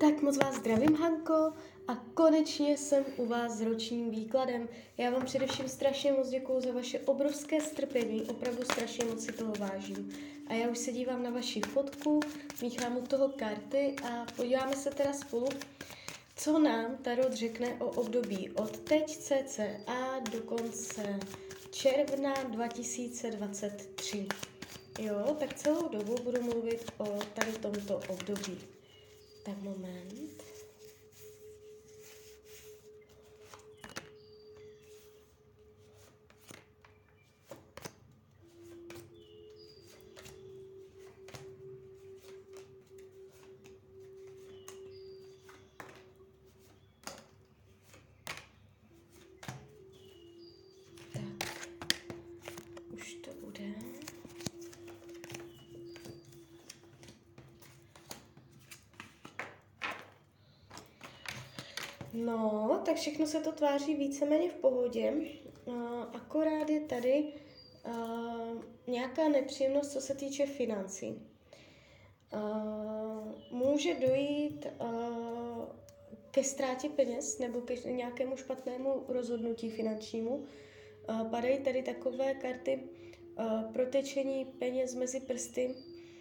Tak moc vás zdravím, Hanko, a konečně jsem u vás s ročním výkladem. Já vám především strašně moc děkuju za vaše obrovské strpení, opravdu strašně moc si toho vážím. A já už se dívám na vaši fotku, míchám u toho karty a podíváme se teda spolu, co nám Tarot řekne o období od teď cca do konce června 2023. Jo, tak celou dobu budu mluvit o tady tomto období. Tak moment. Tak, už to bude. No, tak všechno se to tváří víceméně v pohodě, akorát je tady nějaká nepříjemnost, co se týče financí. Může dojít ke ztrátě peněz nebo ke nějakému špatnému rozhodnutí finančnímu. Padají tady takové karty protečení peněz mezi prsty,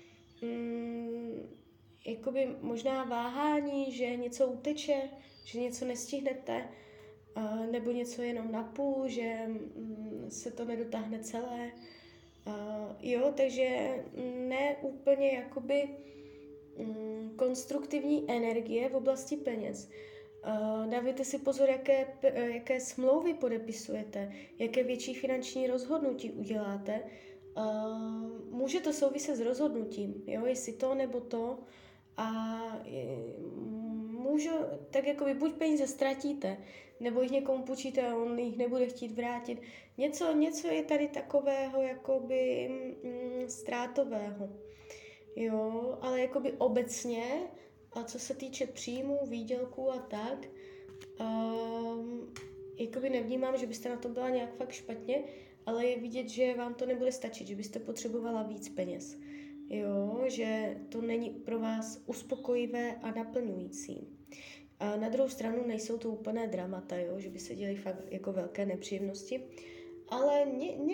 jakoby možná váhání, že něco uteče, že něco nestihnete, nebo něco jenom napůl, že se to nedotáhne celé. Jo, takže ne úplně jakoby konstruktivní energie v oblasti peněz. Dávejte si pozor, jaké smlouvy podepisujete, jaké větší finanční rozhodnutí uděláte. Může to souviset s rozhodnutím, jo, jestli to nebo to. A můžu, tak jakoby buď peníze ztratíte, nebo jich někomu půjčíte a on jich nebude chtít vrátit. Něco je tady takového jakoby ztrátového. Jo, ale jakoby obecně, a co se týče příjmů, výdělků a tak, jakoby nevnímám, že byste na tom byla nějak fakt špatně, ale je vidět, že vám to nebude stačit, že byste potřebovala víc peněz. Jo, že to není pro vás uspokojivé a naplňující. A na druhou stranu nejsou to úplné dramata, jo, že by se děly fakt jako velké nepříjemnosti, ale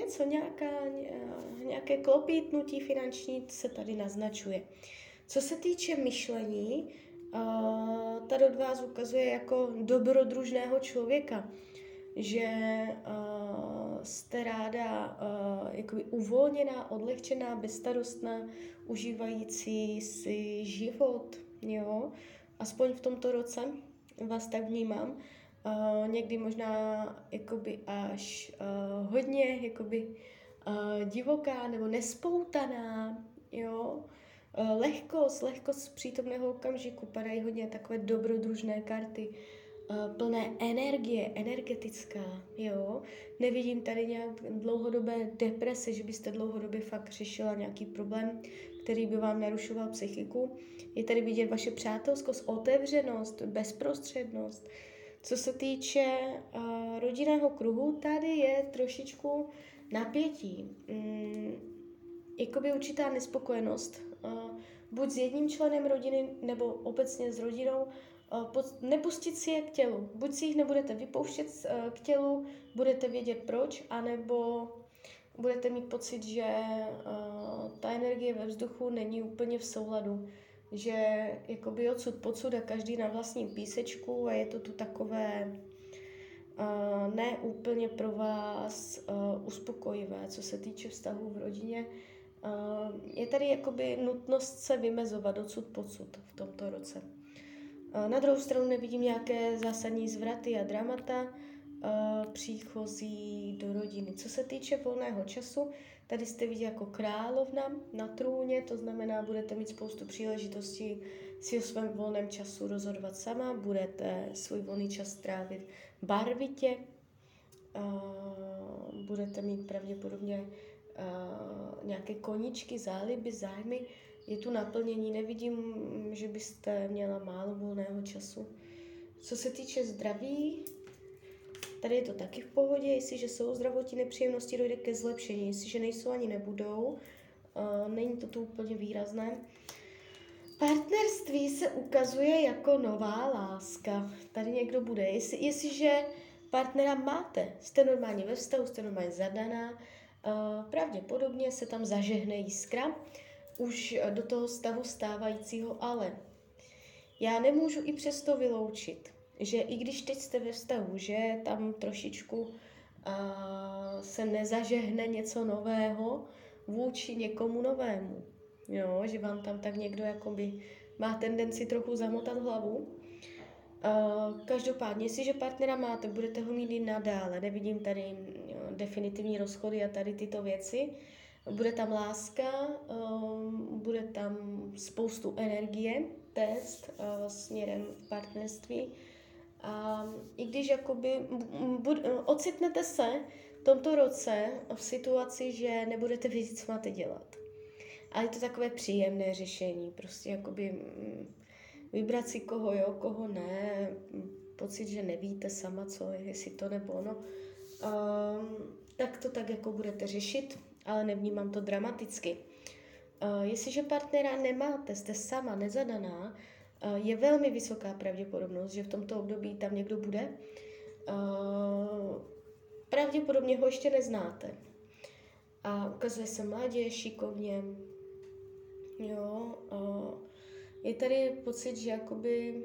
nějaké klopítnutí finanční se tady naznačuje. Co se týče myšlení, tady od vás ukazuje jako dobrodružného člověka, že jste ráda jakoby uvolněná, odlehčená, bezstarostná, užívající si život, jo. Aspoň v tomto roce vás tak vnímám. Někdy možná jakoby až hodně jakoby divoká nebo nespoutaná, jo. Lehkost z přítomného okamžiku, padají hodně takové dobrodružné karty, plné energie, energetická, jo. Nevidím tady nějak dlouhodobé deprese, že byste dlouhodobě fakt řešila nějaký problém, který by vám narušoval psychiku. Je tady vidět vaše přátelskost, otevřenost, bezprostřednost. Co se týče rodinného kruhu, tady je trošičku napětí. Jakoby určitá nespokojenost. Buď s jedním členem rodiny, nebo obecně s rodinou, nepustit si je k tělu. Buď si jich nebudete vypouštět k tělu, budete vědět proč, anebo budete mít pocit, že ta energie ve vzduchu není úplně v souladu. Že jakoby odsud pocud a každý na vlastním písečku a je to tu takové ne úplně pro vás uspokojivé, co se týče vztahů v rodině. Je tady jakoby nutnost se vymezovat odsud pocud v tomto roce. Na druhou stranu nevidím nějaké zásadní zvraty a dramata příchozí do rodiny. Co se týče volného času, tady jste vidět jako královna na trůně, to znamená, budete mít spoustu příležitostí si o svém volném času rozhodovat sama, budete svůj volný čas trávit barvitě, budete mít pravděpodobně nějaké koníčky, záliby, zájmy. Je tu naplnění, nevidím, že byste měla málo volného času. Co se týče zdraví, tady je to taky v pohodě, jestliže jsou zdravotní nepříjemnosti, dojde ke zlepšení, jestliže nejsou ani nebudou, není to tu úplně výrazné. Partnerství se ukazuje jako nová láska. Tady někdo bude. Jestliže partnera máte, jste normálně ve vztahu, jste normálně zadaná, pravděpodobně se tam zažehne jiskra už do toho stavu stávajícího, ale já nemůžu i přesto vyloučit, že i když teď jste ve vztahu, že tam trošičku se nezažehne něco nového vůči někomu novému. Jo, že vám tam tak někdo jakoby má tendenci trochu zamotat hlavu. Každopádně, jestliže partnera máte, budete ho mít i nadále. Nevidím tady definitivní rozchody a tady tyto věci. Bude tam láska, bude tam spoustu energie, test směrem v partnerství. A i když jakoby ocitnete se v tomto roce v situaci, že nebudete vědět, co máte dělat. Ale je to takové příjemné řešení, prostě jakoby vybrat si koho jo, koho ne, pocit, že nevíte sama, co je, jestli to nebo ono. Tak to tak jako budete řešit, ale nevnímám to dramaticky. Jestliže partnera nemáte, jste sama, nezadaná, je velmi vysoká pravděpodobnost, že v tomto období tam někdo bude. Pravděpodobně ho ještě neznáte. A ukazuje se mladě, šikovně. Jo, je tady pocit, že jakoby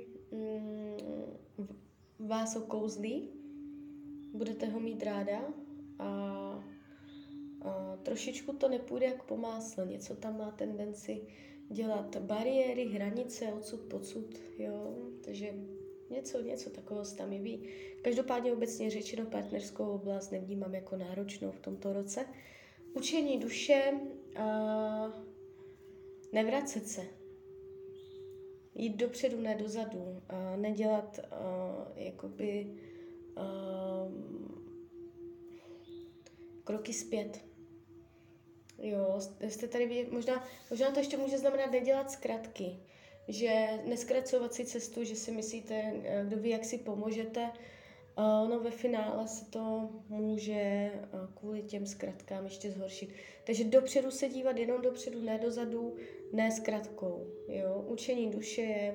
vás okouzlí, budete ho mít ráda a trošičku to nepůjde jak po másle. Něco tam má tendenci dělat bariéry, hranice, odsud, pocud, jo, takže něco takového se tam jeví. Každopádně obecně řečeno partnerskou oblast nevnímám jako náročnou v tomto roce. Učení duše, nevracet se, jít dopředu, ne dozadu, nedělat jakoby kroky zpět. Jo, jste tady, možná to ještě může znamenat nedělat zkratky, že neskracovat si cestu, že si myslíte, kdo ví, jak si pomůžete, no ve finále se to může kvůli těm zkratkám ještě zhoršit. Takže dopředu se dívat jenom dopředu, ne dozadu, ne zkratkou. Jo? Učení duše je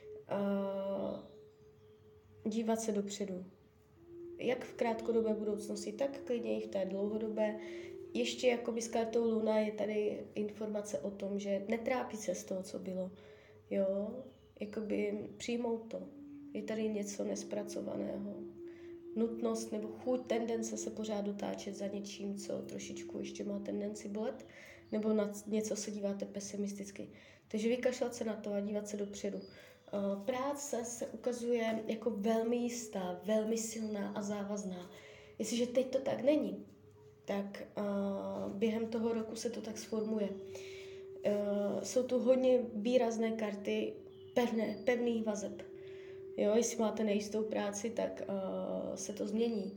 dívat se dopředu. Jak v krátkodobé budoucnosti, tak klidně i v té dlouhodobé. Ještě jakoby s kartou Luna je tady informace o tom, že netrápit se z toho, co bylo. Jo? Jakoby přijmout to. Je tady něco nespracovaného. Nutnost nebo chuť, tendence se pořád dotáčet za něčím, co trošičku ještě má tendenci bolet, nebo na něco se díváte pesimisticky. Takže vykašlat se na to a dívat se dopředu. Práce se ukazuje jako velmi jistá, velmi silná a závazná. Jestliže teď to tak není, tak během toho roku se to tak sformuje. Jsou tu hodně výrazné karty pevných vazeb. Jo, jestli máte nejistou práci, tak se to změní.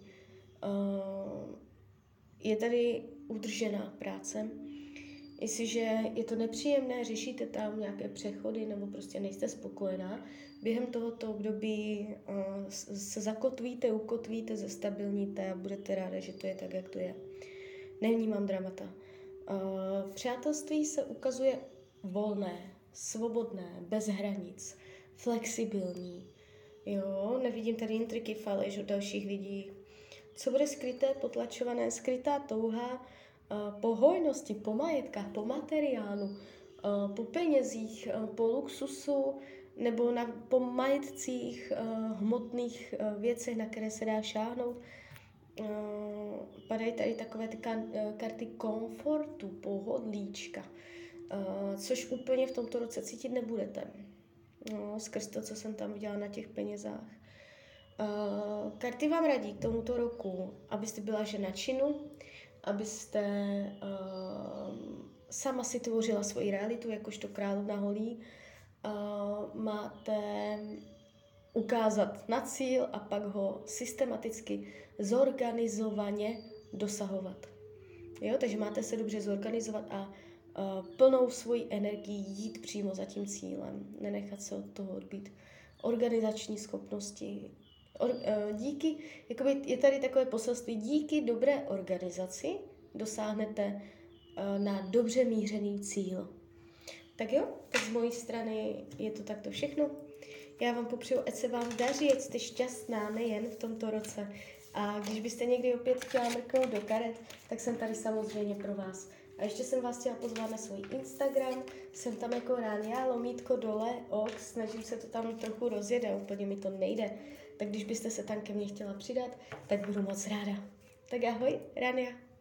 Je tady udržená práce. Jestliže je to nepříjemné, řešíte tam nějaké přechody nebo prostě nejste spokojená, během tohoto období se zakotvíte, ukotvíte, zestabilníte a budete ráda, že to je tak, jak to je. Nevnímám dramata. Přátelství se ukazuje volné, svobodné, bez hranic, flexibilní. Jo, nevidím tady intriky, faleš od dalších lidí. Co bude skryté, potlačované, skrytá touha po hojnosti, po majetkách, po materiálu, po penězích, po luxusu nebo po majetcích, hmotných věcech, na které se dá šáhnout. Padají tady takové ty karty komfortu, pohodlíčka, což úplně v tomto roce cítit nebudete. No, skrz to, co jsem tam viděla na těch penězách. Karty vám radí k tomuto roku, abyste byla žena činu, abyste sama si tvořila svoji realitu, jakožto královna holí. Máte ukázat na cíl a pak ho systematicky, zorganizovaně dosahovat. Jo? Takže máte se dobře zorganizovat a plnou svoji energii jít přímo za tím cílem, nenechat se od toho odbít. Organizační schopnosti. Díky, jakoby je tady takové poselství, díky dobré organizaci dosáhnete na dobře mířený cíl. Tak jo, tak z mojí strany je to takto všechno. Já vám popřeju, ať se vám daří, ať jste šťastná nejen v tomto roce. A když byste někdy opět chtěla mrknout do karet, tak jsem tady samozřejmě pro vás. A ještě jsem vás chtěla pozvat na svůj Instagram, jsem tam jako Rania_Ox, snažím se to tam trochu rozjet a úplně mi to nejde. Tak když byste se tam ke mně chtěla přidat, tak budu moc ráda. Tak ahoj, Rania.